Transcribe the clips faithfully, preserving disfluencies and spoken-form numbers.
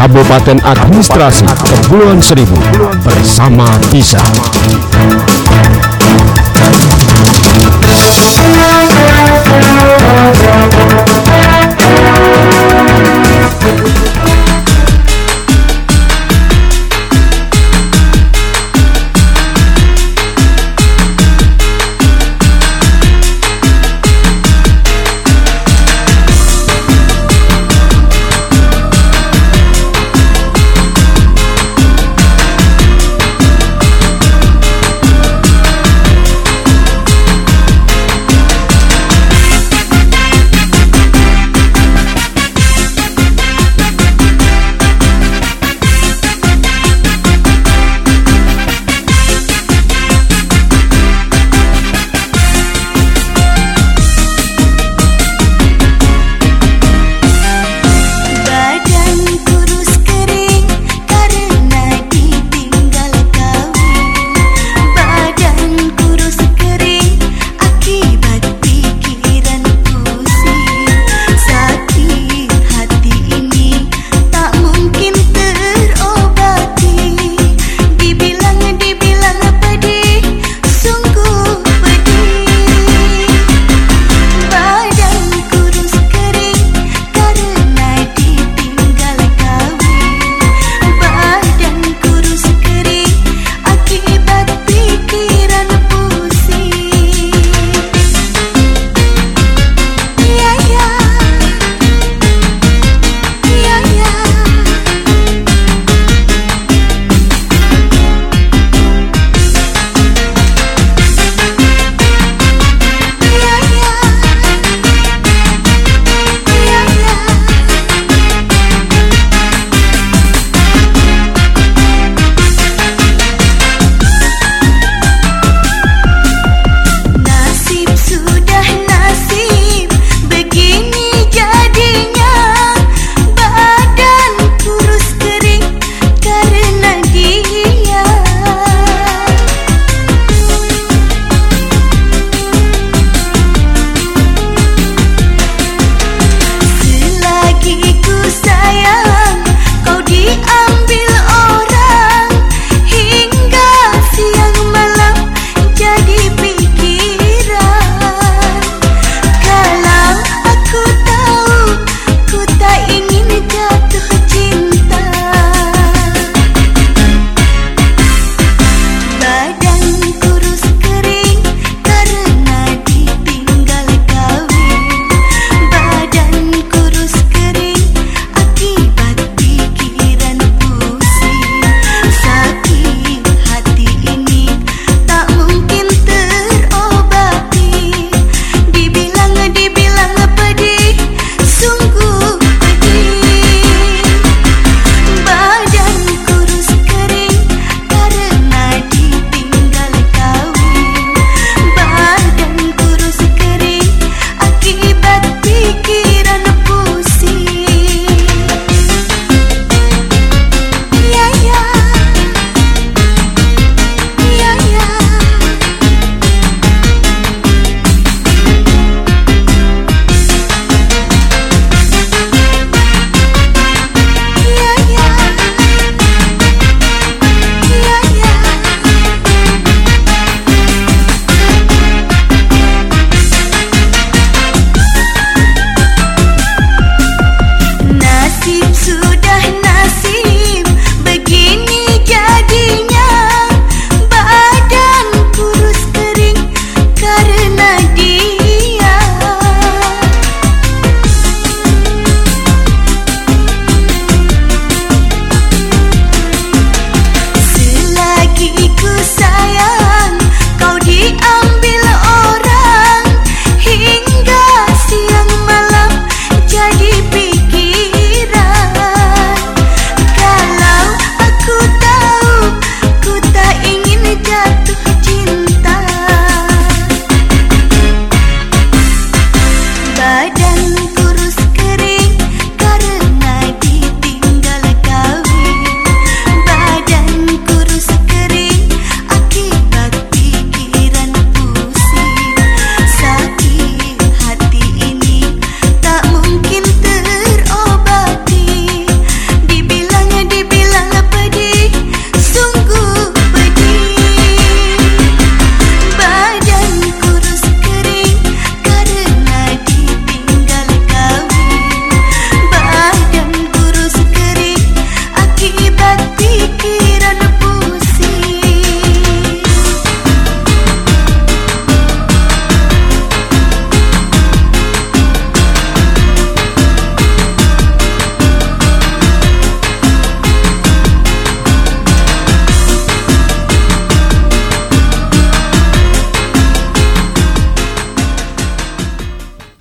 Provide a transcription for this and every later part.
Kabupaten Administrasi Kepulauan Seribu bersama Bisa.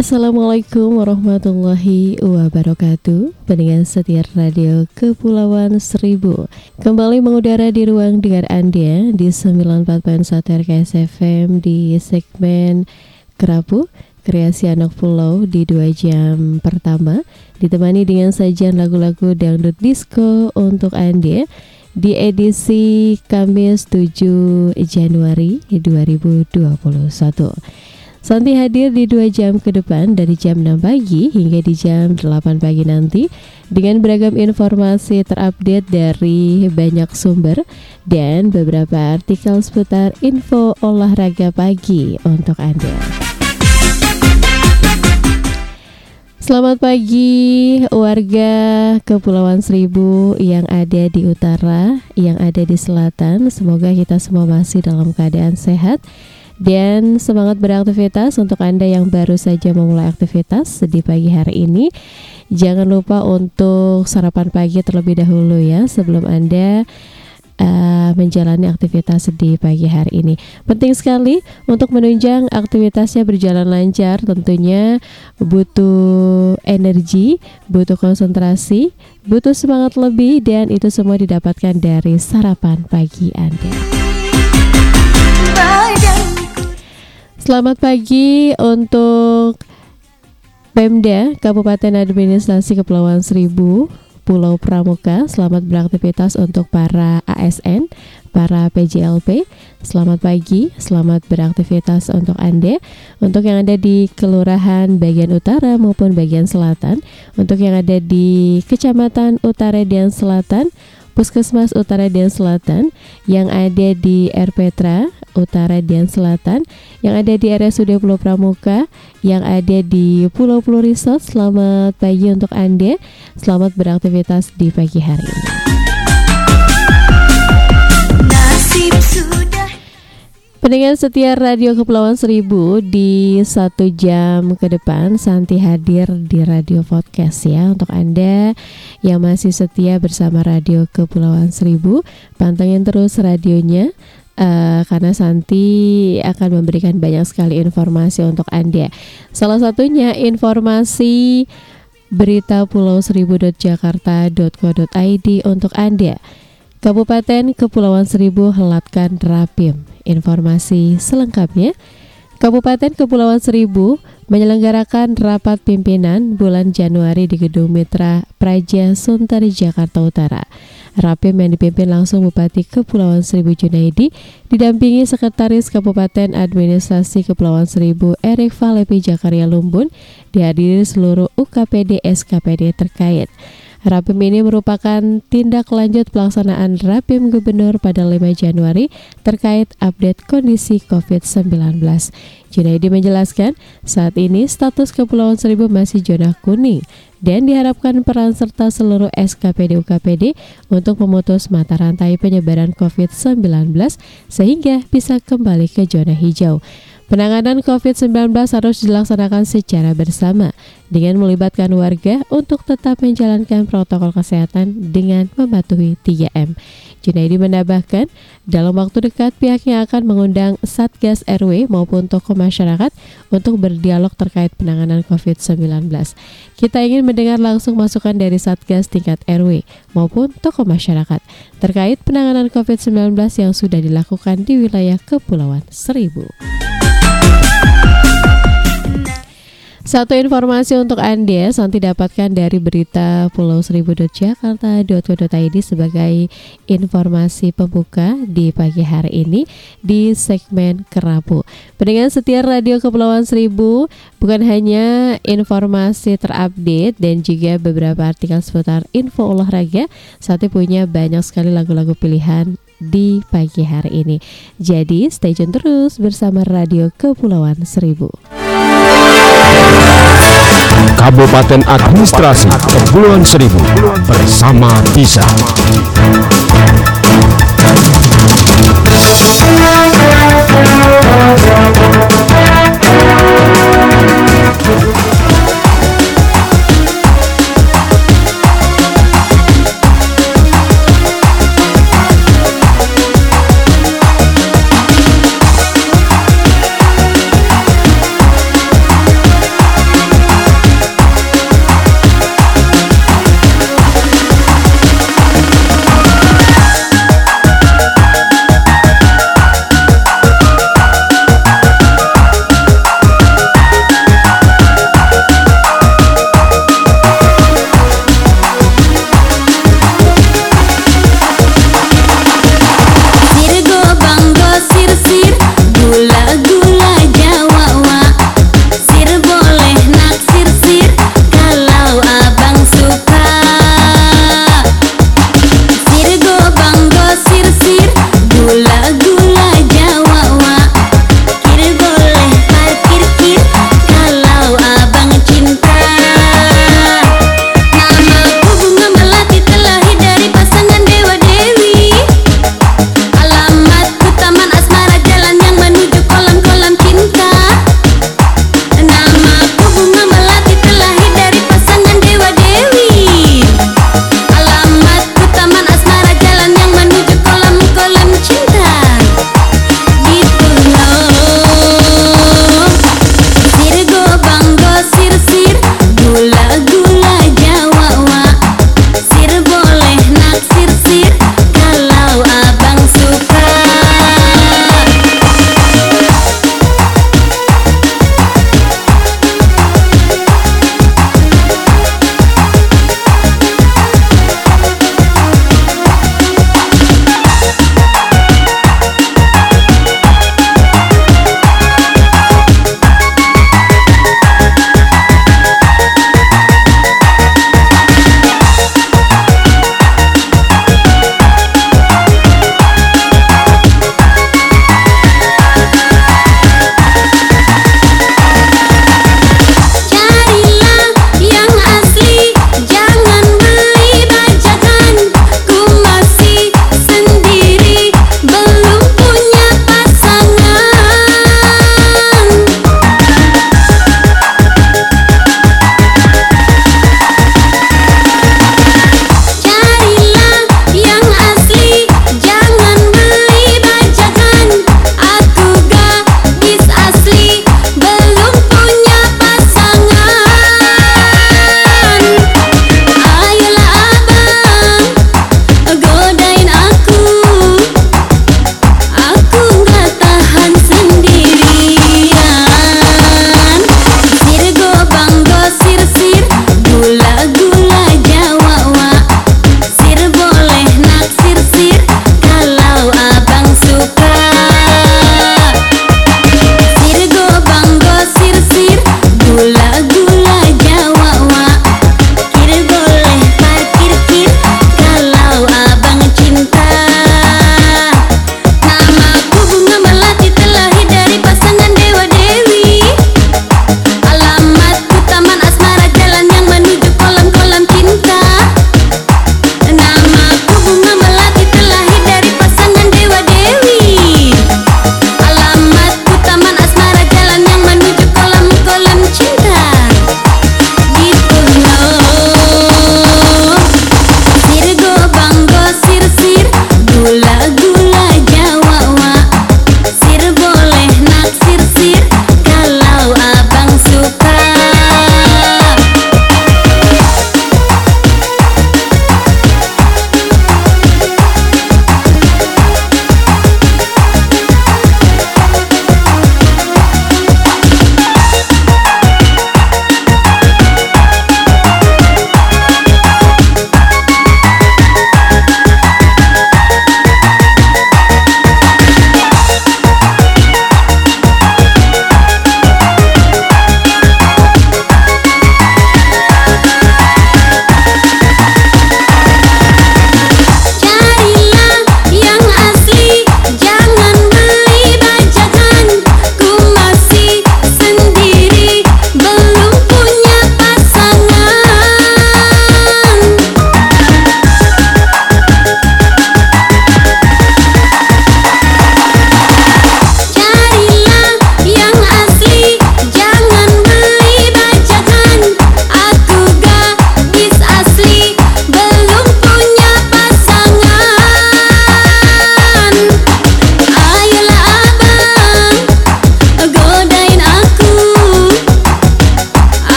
Assalamualaikum warahmatullahi wabarakatuh. Pendengar setia Radio Kepulauan Seribu, kembali mengudara di ruang dengar Anda di sembilan puluh empat koma satu R K S F M di segmen Kerapu Kreasi Anak Pulau di dua jam pertama, ditemani dengan sajian lagu-lagu dangdut disco untuk Anda di edisi Kamis tujuh Januari dua ribu dua puluh satu. Santi hadir di dua jam ke depan dari jam enam pagi hingga di jam delapan pagi nanti dengan beragam informasi terupdate dari banyak sumber dan beberapa artikel seputar info olahraga pagi untuk Anda. Selamat pagi warga Kepulauan Seribu yang ada di utara, yang ada di selatan. Semoga kita semua masih dalam keadaan sehat dan semangat beraktivitas. Untuk Anda yang baru saja memulai aktivitas di pagi hari ini, jangan lupa untuk sarapan pagi terlebih dahulu ya, sebelum Anda uh, menjalani aktivitas di pagi hari ini. Penting sekali untuk menunjang aktivitasnya berjalan lancar, tentunya butuh energi, butuh konsentrasi, butuh semangat lebih, dan itu semua didapatkan dari sarapan pagi Anda. Selamat pagi untuk Pemda Kabupaten Administrasi Kepulauan Seribu Pulau Pramuka. Selamat beraktivitas untuk para A S N, para P J L P. Selamat pagi, selamat beraktivitas untuk Anda. Untuk yang ada di Kelurahan bagian utara maupun bagian selatan, untuk yang ada di Kecamatan Utara dan Selatan, Puskesmas Utara dan Selatan, yang ada di R Petra Utara dan Selatan, yang ada di R S U D Pulau Pramuka, yang ada di Pulau-Pulau Resort. Selamat pagi untuk Anda. Selamat beraktivitas di pagi hari ini. Pendengar setia Radio Kepulauan Seribu, di satu jam ke depan Santi hadir di Radio Podcast ya. Untuk Anda yang masih setia bersama Radio Kepulauan Seribu, pantengin terus radionya. Uh, karena Santi akan memberikan banyak sekali informasi untuk Anda. Salah satunya informasi berita pulau seribu dot jakarta dot co dot i d untuk Anda. Kabupaten Kepulauan Seribu helatkan Rapim. Informasi selengkapnya, Kabupaten Kepulauan Seribu menyelenggarakan rapat pimpinan bulan Januari di Gedung Mitra Praja Sunter, Jakarta Utara. Rapim yang dipimpin langsung Bupati Kepulauan Seribu Junaidi didampingi Sekretaris Kabupaten Administrasi Kepulauan Seribu Erik Valepi Jakaria Lumbun, dihadiri seluruh U K P D S K P D terkait. Rapim ini merupakan tindak lanjut pelaksanaan Rapim Gubernur pada lima Januari terkait update kondisi covid sembilan belas. Junaidi menjelaskan, saat ini status Kepulauan Seribu masih zona kuning dan diharapkan peran serta seluruh S K P D U K P D untuk memutus mata rantai penyebaran covid sembilan belas sehingga bisa kembali ke zona hijau. Penanganan covid sembilan belas harus dilaksanakan secara bersama dengan melibatkan warga untuk tetap menjalankan protokol kesehatan dengan mematuhi tiga M. Junaidi menambahkan, dalam waktu dekat pihaknya akan mengundang Satgas R W maupun tokoh masyarakat untuk berdialog terkait penanganan covid sembilan belas. Kita ingin mendengar langsung masukan dari Satgas tingkat R W maupun tokoh masyarakat terkait penanganan covid sembilan belas yang sudah dilakukan di wilayah Kepulauan Seribu. Satu informasi untuk Anda, Santi dapatkan dari berita pulau seribu dot jakarta dot co dot i d sebagai informasi pembuka di pagi hari ini di segmen Kerapu. Pendengar setia Radio Kepulauan Seribu, bukan hanya informasi terupdate dan juga beberapa artikel seputar info olahraga, Santi punya banyak sekali lagu-lagu pilihan di pagi hari ini. Jadi stay tune terus bersama Radio Kepulauan Seribu. Kabupaten Administrasi Kepulauan Seribu bersama Tisa.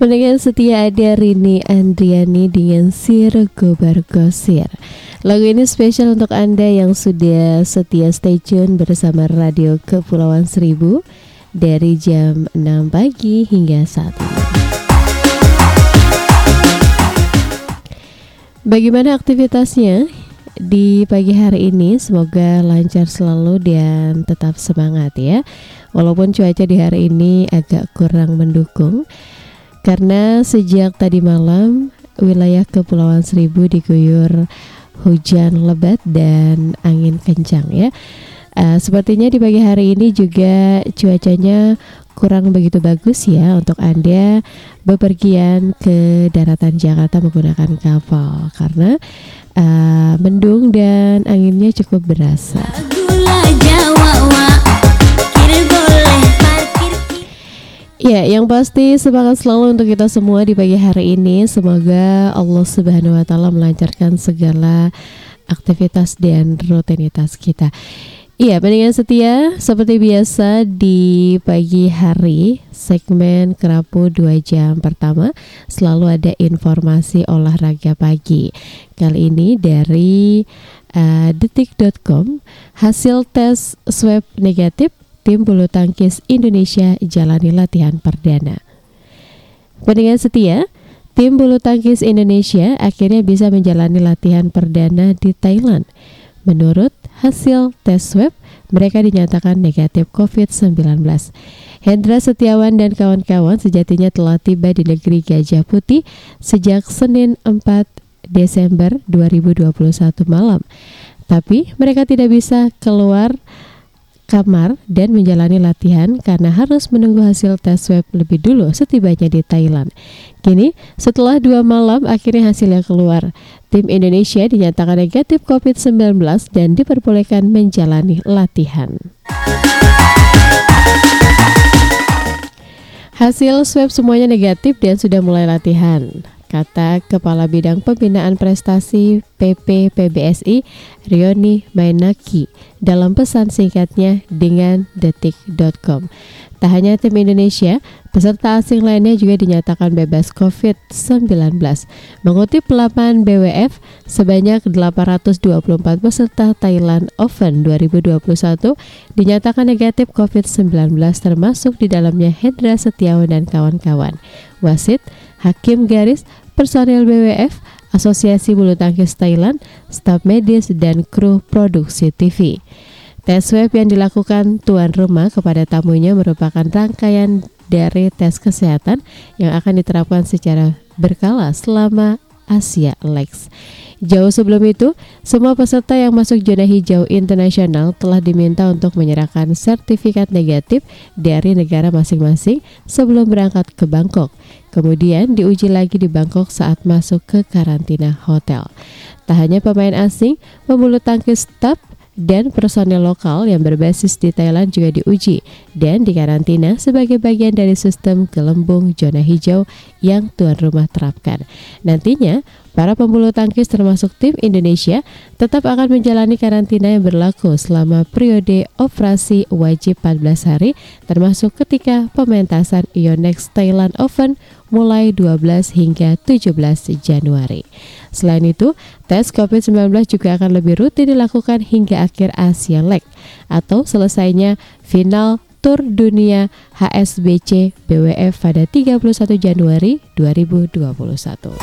Pendengar setia, ada Rini Andriani dengan Sir Gobar Gosir. Lagu ini spesial untuk Anda yang sudah setia stay tune bersama Radio Kepulauan Seribu dari jam enam pagi hingga saat ini. Bagaimana aktivitasnya di pagi hari ini? Semoga lancar selalu dan tetap semangat ya. Walaupun cuaca di hari ini agak kurang mendukung, karena sejak tadi malam wilayah Kepulauan Seribu diguyur hujan lebat dan angin kencang ya. Uh, sepertinya di pagi hari ini juga cuacanya kurang begitu bagus ya untuk Anda bepergian ke daratan Jakarta menggunakan kapal, karena uh, mendung dan anginnya cukup berasa. Ya, yang pasti semangat selalu untuk kita semua di pagi hari ini. Semoga Allah Subhanahu wa taala melancarkan segala aktivitas dan rutinitas kita. Iya, pendengar setia, seperti biasa di pagi hari segmen Kerapu dua jam pertama selalu ada informasi olahraga pagi. Kali ini dari uh, detik dot com, hasil tes swab negatif tim bulu tangkis Indonesia jalani latihan perdana. Pendengar setia, tim bulu tangkis Indonesia akhirnya bisa menjalani latihan perdana di Thailand. Menurut hasil tes swab, mereka dinyatakan negatif covid sembilan belas. Hendra Setiawan dan kawan-kawan sejatinya telah tiba di negeri Gajah Putih sejak Senin empat Desember dua ribu dua puluh satu malam. Tapi mereka tidak bisa keluar kamar dan menjalani latihan karena harus menunggu hasil tes swab lebih dulu setibanya di Thailand. Kini setelah dua malam akhirnya hasilnya keluar. Tim Indonesia dinyatakan negatif covid sembilan belas dan diperbolehkan menjalani latihan. Hasil swab semuanya negatif dan sudah mulai latihan, kata Kepala Bidang Pembinaan Prestasi P P P B S I Rioni Mainaki dalam pesan singkatnya dengan detik dot com. Tak hanya tim Indonesia, peserta asing lainnya juga dinyatakan bebas covid sembilan belas. Mengutip laman B W F, sebanyak delapan ratus dua puluh empat peserta Thailand Open dua ribu dua puluh satu dinyatakan negatif covid sembilan belas, termasuk di dalamnya Hendra Setiawan dan kawan-kawan. Wasit, hakim garis, personel B W F, Asosiasi Bulu Tangkis Thailand, staf medis, dan kru produksi T V. Tes swab yang dilakukan tuan rumah kepada tamunya merupakan rangkaian dari tes kesehatan yang akan diterapkan secara berkala selama Asia Lex. Jauh sebelum itu, semua peserta yang masuk zona hijau internasional telah diminta untuk menyerahkan sertifikat negatif dari negara masing-masing sebelum berangkat ke Bangkok. Kemudian diuji lagi di Bangkok saat masuk ke karantina hotel. Tak hanya pemain asing, pembulu tangkis top dan personel lokal yang berbasis di Thailand juga diuji dan dikarantina sebagai bagian dari sistem gelembung zona hijau yang tuan rumah terapkan. Nantinya, para pembulu tangkis termasuk tim Indonesia tetap akan menjalani karantina yang berlaku selama periode operasi wajib empat belas hari, termasuk ketika pementasan Yonex Thailand Open mulai dua belas hingga tujuh belas Januari. Selain itu, tes covid sembilan belas juga akan lebih rutin dilakukan hingga akhir Asia League atau selesainya final Tur Dunia H S B C B W F pada tiga puluh satu Januari dua ribu dua puluh satu.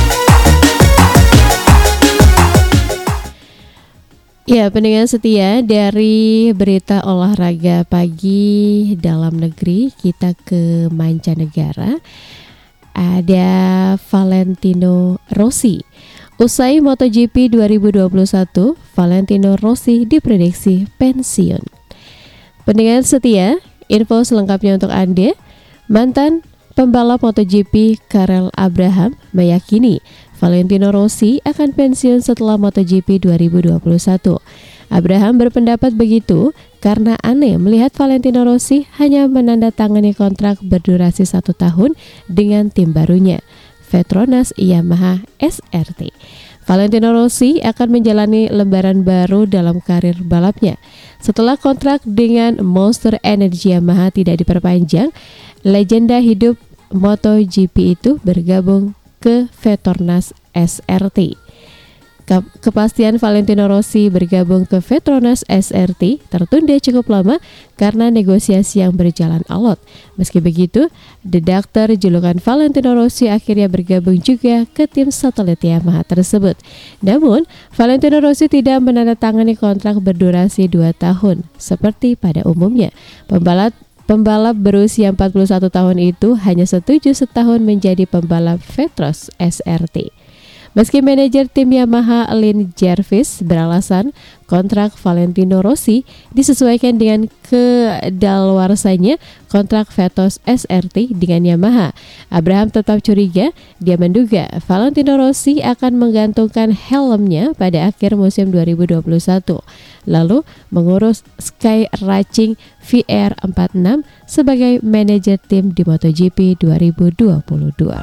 Ya, pendengar setia, dari berita olahraga pagi dalam negeri kita ke mancanegara. Ada Valentino Rossi. Usai MotoGP dua ribu dua puluh satu, Valentino Rossi diprediksi pensiun. Pendengar setia, info selengkapnya untuk Anda. Mantan pembalap MotoGP Karel Abraham meyakini Valentino Rossi akan pensiun setelah MotoGP dua ribu dua puluh satu. Abraham berpendapat begitu karena aneh melihat Valentino Rossi hanya menandatangani kontrak berdurasi satu tahun dengan tim barunya, Petronas Yamaha S R T. Valentino Rossi akan menjalani lembaran baru dalam karir balapnya. Setelah kontrak dengan Monster Energy Yamaha tidak diperpanjang, legenda hidup MotoGP itu bergabung ke Petronas S R T. Kepastian Valentino Rossi bergabung ke Petronas S R T tertunda cukup lama karena negosiasi yang berjalan alot. Meski begitu, The Doctor julukan Valentino Rossi akhirnya bergabung juga ke tim satelit Yamaha tersebut. Namun, Valentino Rossi tidak menandatangani kontrak berdurasi dua tahun seperti pada umumnya. Pembalap Pembalap berusia empat puluh satu tahun itu hanya setuju setahun menjadi pembalap Petronas S R T. Meski manajer tim Yamaha Lin Jervis beralasan kontrak Valentino Rossi disesuaikan dengan kedaluarsanya kontrak Petronas S R T dengan Yamaha, Abraham tetap curiga. Dia menduga Valentino Rossi akan menggantungkan helmnya pada akhir musim dua ribu dua puluh satu, lalu mengurus Sky Racing V R empat puluh enam sebagai manajer tim di MotoGP dua ribu dua puluh dua.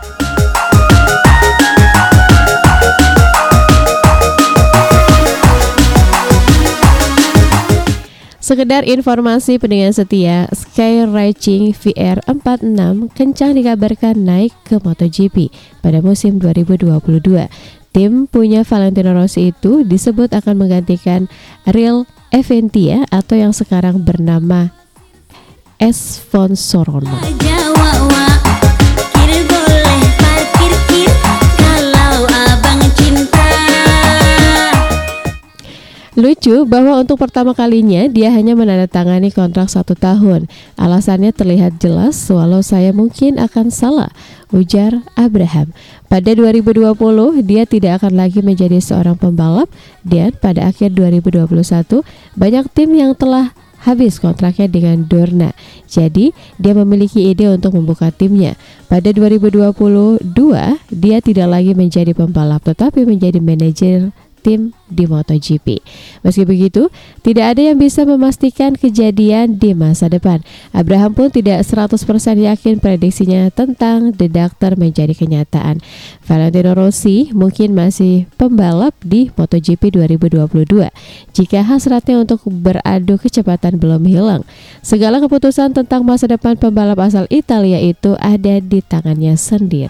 Sekedar informasi pendengar setia, Sky Racing V R empat puluh enam kencang dikabarkan naik ke MotoGP pada musim dua ribu dua puluh dua. Tim punya Valentino Rossi itu disebut akan menggantikan Real Eventia atau yang sekarang bernama Sponsorona. Lucu bahwa untuk pertama kalinya dia hanya menandatangani kontrak satu tahun. Alasannya terlihat jelas, walau saya mungkin akan salah, ujar Abraham. Pada dua ribu dua puluh dia tidak akan lagi menjadi seorang pembalap, dan pada akhir dua ribu dua puluh satu banyak tim yang telah habis kontraknya dengan Dorna. Jadi dia memiliki ide untuk membuka timnya. Pada dua ribu dua puluh dua dia tidak lagi menjadi pembalap tetapi menjadi manajer tim di MotoGP. Meski begitu, tidak ada yang bisa memastikan kejadian di masa depan. Abraham pun tidak seratus persen yakin prediksinya tentang The Doctor menjadi kenyataan. Valentino Rossi mungkin masih pembalap di MotoGP dua ribu dua puluh dua jika hasratnya untuk beradu kecepatan belum hilang. Segala keputusan tentang masa depan pembalap asal Italia itu ada di tangannya sendiri.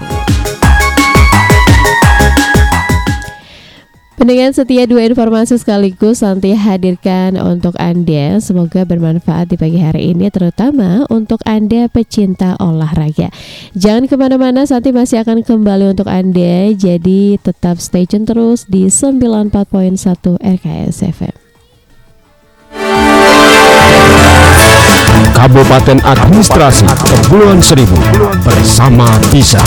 Pendengar setia, dua informasi sekaligus Santi hadirkan untuk Anda. Semoga bermanfaat di pagi hari ini, terutama untuk Anda pecinta olahraga. Jangan kemana-mana, Santi masih akan kembali untuk Anda. Jadi tetap stay tune terus di sembilan puluh empat koma satu R K S F M. Kabupaten Administrasi Kepulauan Seribu bersama Tisa.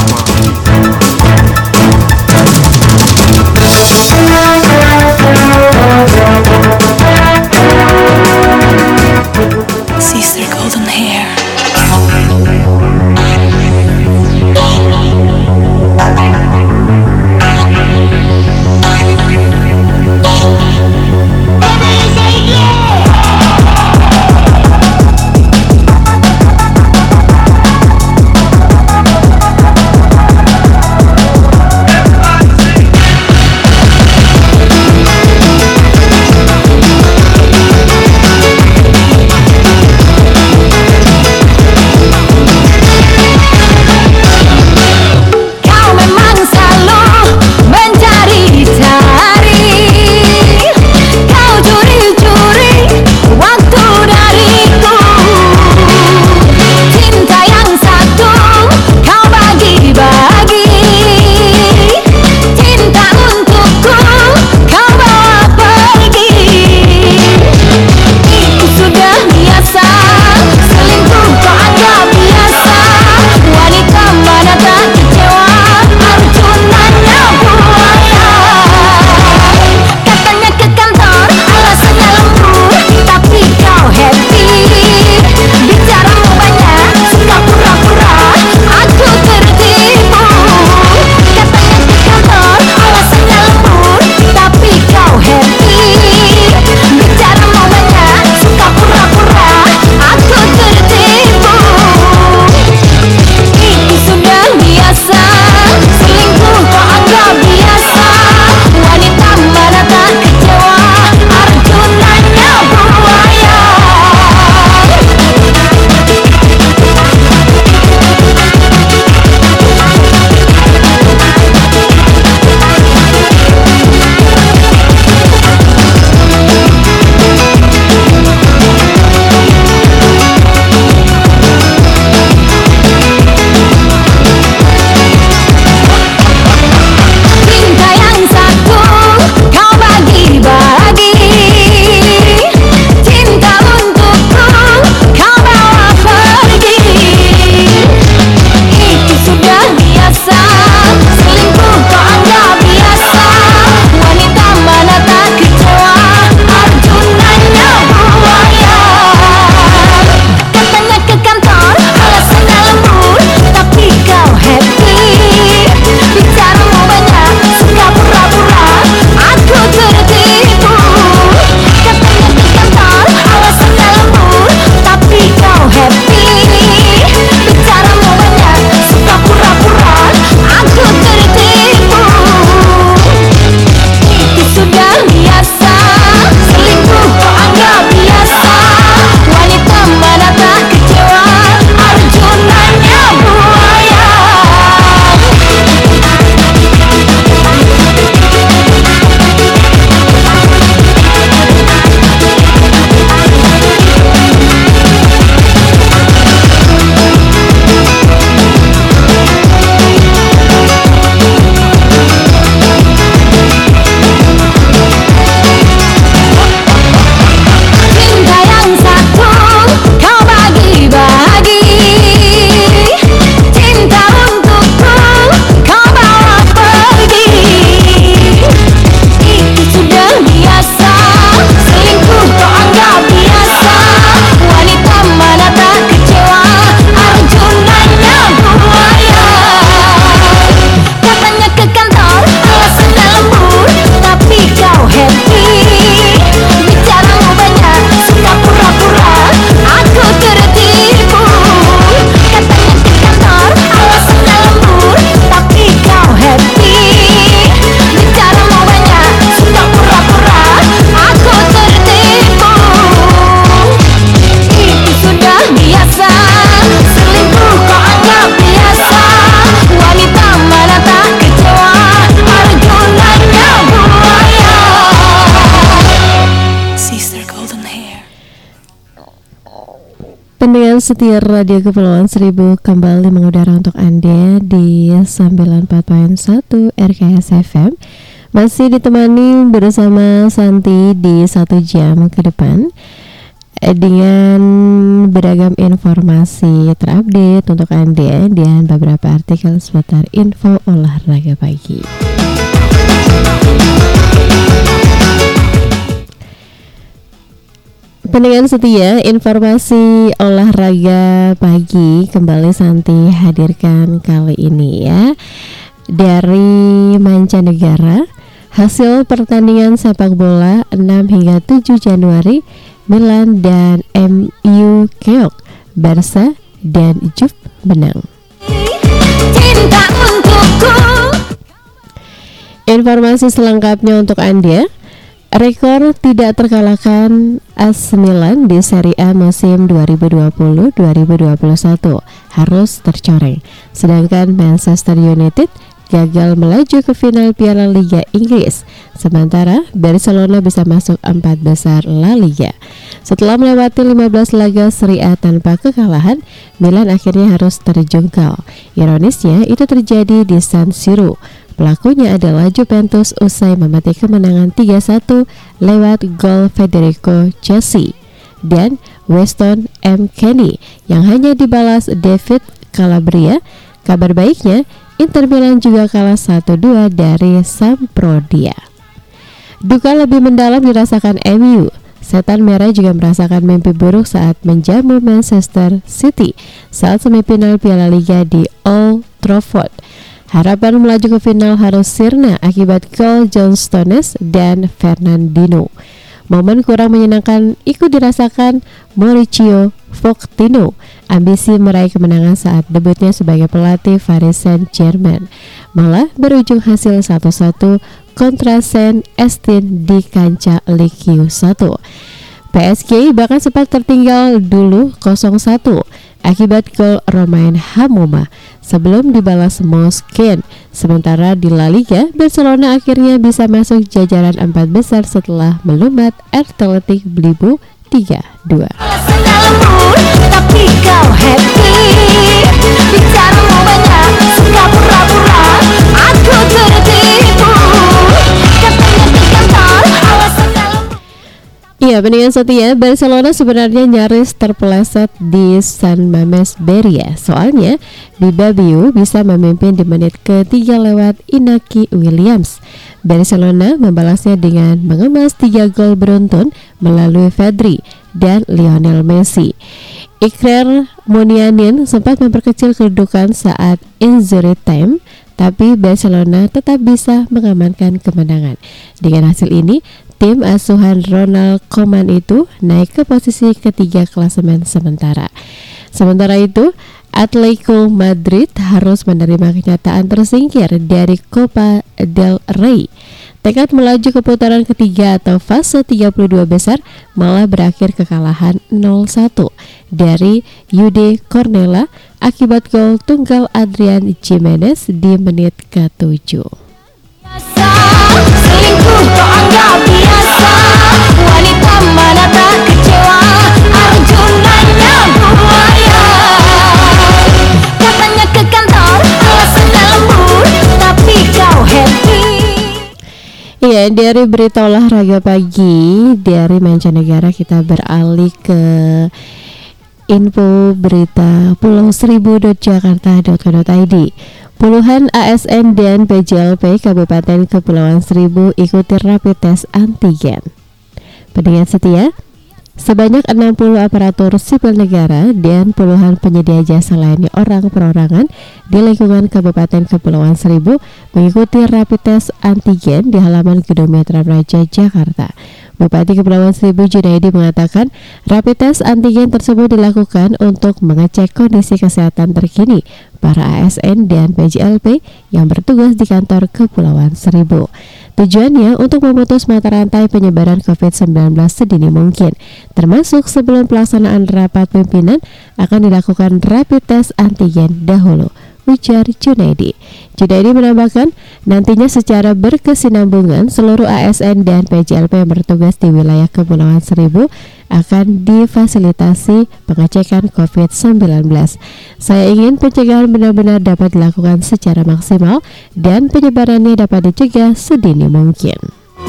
Sees their golden hair. setia Radio Kepulauan Seribu kembali mengudara untuk Anda di sembilan puluh empat koma satu R K S F M. Masih ditemani bersama Santi di satu jam ke depan dengan beragam informasi terupdate untuk Anda dan beberapa artikel seputar info olahraga pagi. Pendengar setia, informasi olahraga pagi kembali Santi hadirkan kali ini ya. Dari mancanegara, hasil pertandingan sepak bola enam hingga tujuh Januari, Milan dan M U keok, Barca dan Juve menang. Informasi selengkapnya untuk Anda. Rekor tidak terkalahkan A C Milan di Serie A musim dua ribu dua puluh dua ribu dua puluh satu harus tercoreng. Sedangkan Manchester United gagal melaju ke final Piala Liga Inggris. Sementara Barcelona bisa masuk empat besar La Liga. Setelah melewati lima belas laga Serie A tanpa kekalahan, Milan akhirnya harus terjungkal. Ironisnya itu terjadi di San Siro. Pelakunya adalah Juventus usai memetik kemenangan tiga satu lewat gol Federico Chiesa dan Weston McKennie yang hanya dibalas David Calabria. Kabar baiknya, Inter Milan juga kalah satu dua dari Sampdoria. Duka lebih mendalam dirasakan M U. Setan Merah juga merasakan mimpi buruk saat menjamu Manchester City saat semifinal Piala Liga di Old Trafford. Harapan melaju ke final harus sirna akibat gol John Stones dan Fernandinho. Momen kurang menyenangkan ikut dirasakan Mauricio Pochettino. Ambisi meraih kemenangan saat debutnya sebagai pelatih Paris Saint-Germain malah berujung hasil satu satu kontra Saint Etienne di kancah Ligue satu. P S G bahkan sempat tertinggal dulu nol satu akibat gol Romain Hamoma sebelum dibalas Mosken. Sementara di La Liga, Barcelona akhirnya bisa masuk jajaran empat besar setelah melumat Athletic Bilbao tiga dua. Tapi kau happy, bicaramu banyak, suka pura-pura, aku tertipu, katanya di kantor, alasan dalam. Iya, pendengar setia, Barcelona sebenarnya nyaris terpeleset di San Mamés Beria. Soalnya, Bilbao bisa memimpin di menit ketiga lewat Inaki Williams. Barcelona membalasnya dengan mengemas tiga gol beruntun melalui Pedri dan Lionel Messi. Iker Muniain sempat memperkecil kedudukan saat injury time, tapi Barcelona tetap bisa mengamankan kemenangan. Dengan hasil ini, tim asuhan Ronald Koeman itu naik ke posisi ketiga klasemen sementara. Sementara itu, Atletico Madrid harus menerima kenyataan tersingkir dari Copa del Rey. Tekad melaju ke putaran ketiga atau fase tiga puluh dua besar malah berakhir kekalahan nol satu dari U D Cornellà akibat gol tunggal Adrian Jimenez di menit ketujuh. Selingkuh kau anggap biasa, wanita mana tak kecewa, Arjunanya buaya. Katanya ke kantor, alasannya lembur, tapi kau happy. Iya, dari berita olahraga pagi dari mancanegara kita beralih ke info berita pulau seribu dot jakarta dot co dot i d. Puluhan A S N dan P J L P Kabupaten Kepulauan Seribu ikuti rapid test antigen. Pendengar setia, sebanyak enam puluh aparatur sipil negara dan puluhan penyedia jasa lainnya orang perorangan di lingkungan Kabupaten Kepulauan Seribu mengikuti rapid test antigen di halaman Gedung Mitra Praja, Jakarta. Bupati Kepulauan Seribu Junaidi mengatakan rapid test antigen tersebut dilakukan untuk mengecek kondisi kesehatan terkini para A S N dan P J L P yang bertugas di kantor Kepulauan Seribu. Tujuannya untuk memutus mata rantai penyebaran covid sembilan belas sedini mungkin, termasuk sebelum pelaksanaan rapat pimpinan akan dilakukan rapid test antigen dahulu ujar Junaidi. Junaidi menambahkan, nantinya secara berkesinambungan seluruh A S N dan P J L P yang bertugas di wilayah Kepulauan Seribu akan difasilitasi pengecekan covid sembilan belas. Saya ingin pencegahan benar-benar dapat dilakukan secara maksimal dan penyebarannya dapat dicegah sedini mungkin.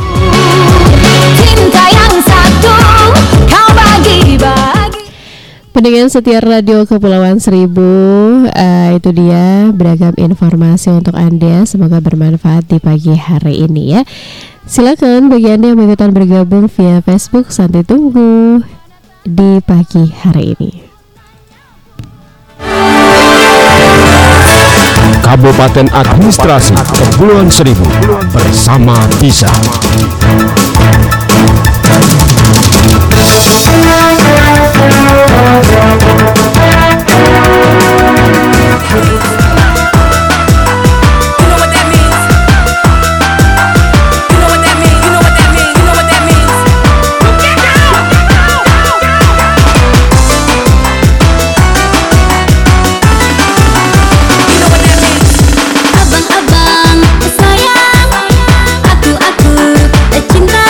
Cinta yang satu kau bagi-bagi. Pendengar setia Radio Kepulauan Seribu, uh, itu dia beragam informasi untuk Anda. Semoga bermanfaat di pagi hari ini ya. Silakan bagi Anda yang mau ikutan bergabung via Facebook, Santi tunggu di pagi hari ini. Kabupaten Administrasi Kepulauan Seribu bersama Bisa. Abang-abang sayang, aku-aku cinta.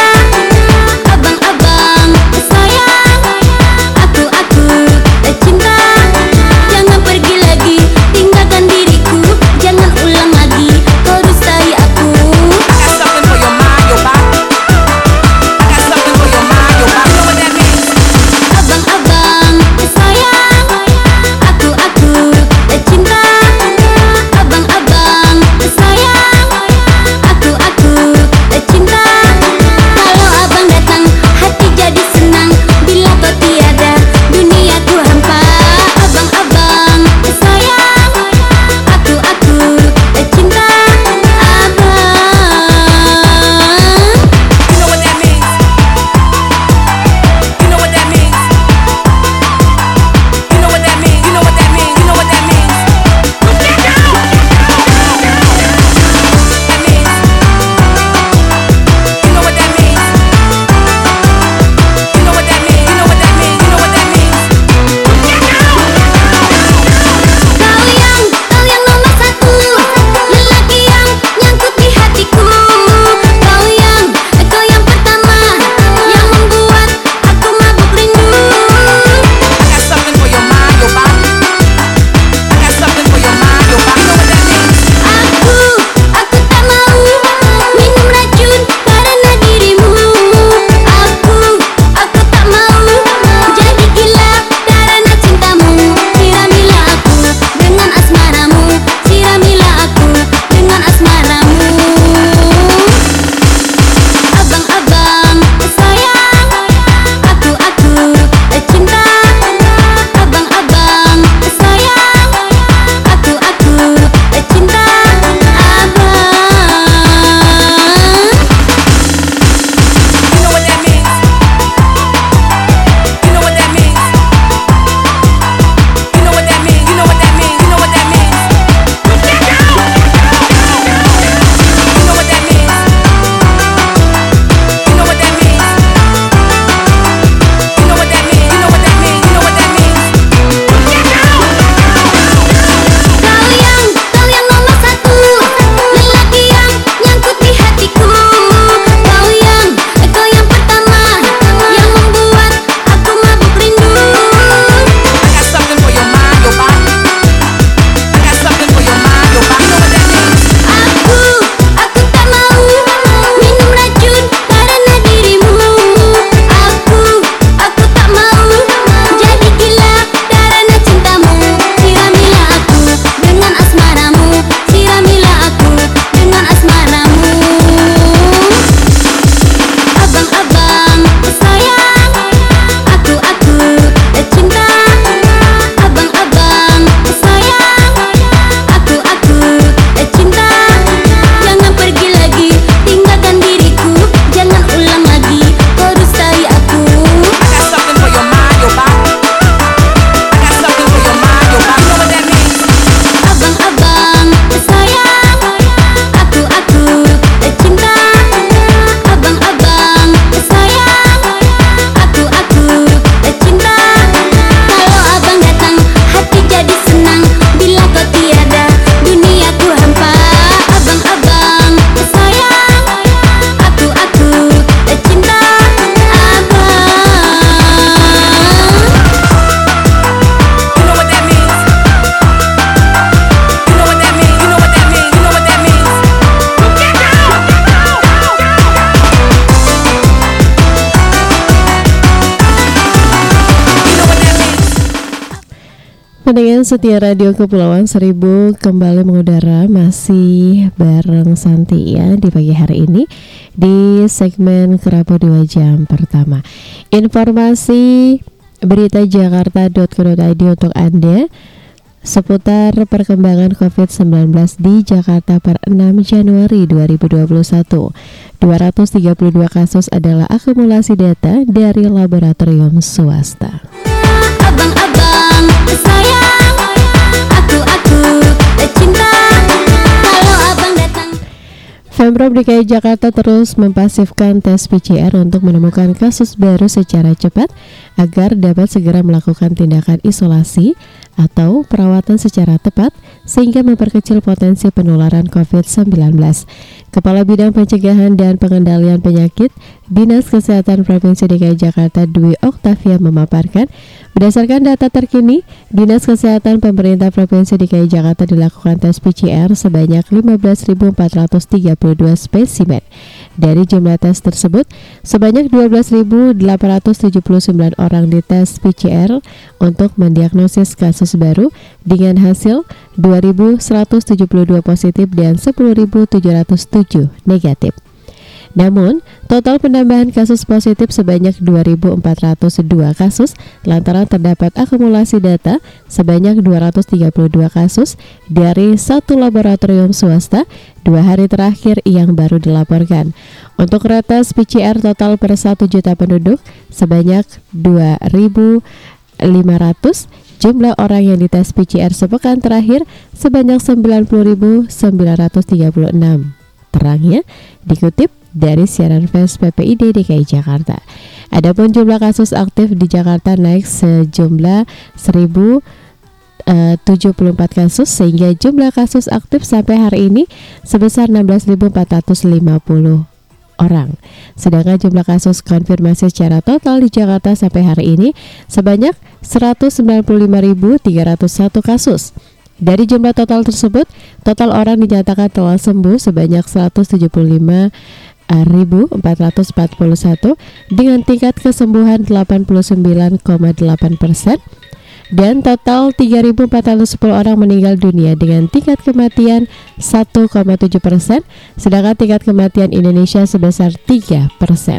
Pendengar setia Radio Kepulauan Seribu kembali mengudara masih bareng Santi ya di pagi hari ini di segmen Kerabu dua jam pertama. Informasi berita jakarta dot co dot i d untuk Anda seputar perkembangan covid sembilan belas di Jakarta per enam Januari dua ribu dua puluh satu. dua ratus tiga puluh dua kasus adalah akumulasi data dari laboratorium swasta. Abang-abang sayang, aku-aku cinta kalau abang datang. Pemprov D K I Jakarta terus mempasifkan tes P C R untuk menemukan kasus baru secara cepat agar dapat segera melakukan tindakan isolasi atau perawatan secara tepat sehingga memperkecil potensi penularan covid sembilan belas. Kepala Bidang Pencegahan dan Pengendalian Penyakit Dinas Kesehatan Provinsi D K I Jakarta Dwi Oktavia memaparkan, berdasarkan data terkini, Dinas Kesehatan Pemerintah Provinsi D K I Jakarta dilakukan tes P C R sebanyak lima belas ribu empat ratus tiga puluh dua spesimen. Dari jumlah tes tersebut, sebanyak dua belas ribu delapan ratus tujuh puluh sembilan orang dites P C R untuk mendiagnosis kasus baru dengan hasil dua ribu seratus tujuh puluh dua positif dan sepuluh ribu tujuh ratus tujuh negatif. Namun, total penambahan kasus positif sebanyak dua ribu empat ratus dua kasus lantaran terdapat akumulasi data sebanyak dua ratus tiga puluh dua kasus dari satu laboratorium swasta dua hari terakhir yang baru dilaporkan. Untuk rates P C R total per satu juta penduduk sebanyak dua ribu lima ratus. Jumlah orang yang dites P C R sepekan terakhir sebanyak sembilan puluh ribu sembilan ratus tiga puluh enam. Terangnya dikutip dari siaran pers P P I D D K I Jakarta. Adapun jumlah kasus aktif di Jakarta naik sejumlah seribu tujuh puluh empat kasus sehingga jumlah kasus aktif sampai hari ini sebesar enam belas ribu empat ratus lima puluh orang. Sedangkan jumlah kasus konfirmasi secara total di Jakarta sampai hari ini sebanyak seratus sembilan puluh lima ribu tiga ratus satu kasus. Dari jumlah total tersebut, total orang dinyatakan telah sembuh sebanyak seratus tujuh puluh lima ribu empat ratus empat puluh satu dengan tingkat kesembuhan delapan puluh sembilan koma delapan persen dan total tiga ribu empat ratus sepuluh orang meninggal dunia dengan tingkat kematian satu koma tujuh persen, sedangkan tingkat kematian Indonesia sebesar tiga persen.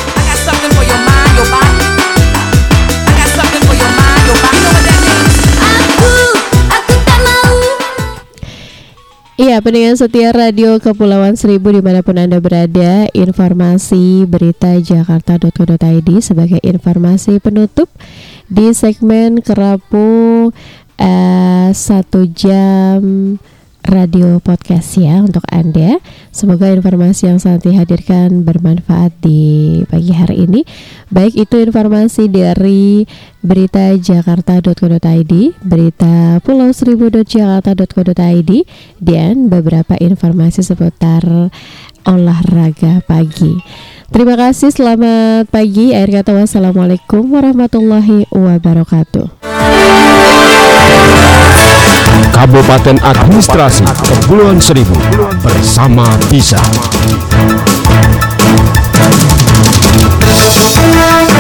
Iya, pendengar setia Radio Kepulauan Seribu dimanapun Anda berada, informasi berita jakarta dot co dot i d sebagai informasi penutup di segmen Kerapu uh, satu jam radio podcast ya untuk Anda. Semoga informasi yang Santi hadirkan bermanfaat di pagi hari ini. Baik itu informasi dari berita jakarta dot co dot i d, berita pulau seribu dot jakarta dot co dot i d, dan beberapa informasi seputar olahraga pagi. Terima kasih, selamat pagi. Akhir kata wassalamualaikum warahmatullahi wabarakatuh. Kabupaten Administrasi Kepulauan Seribu bersama Bisa.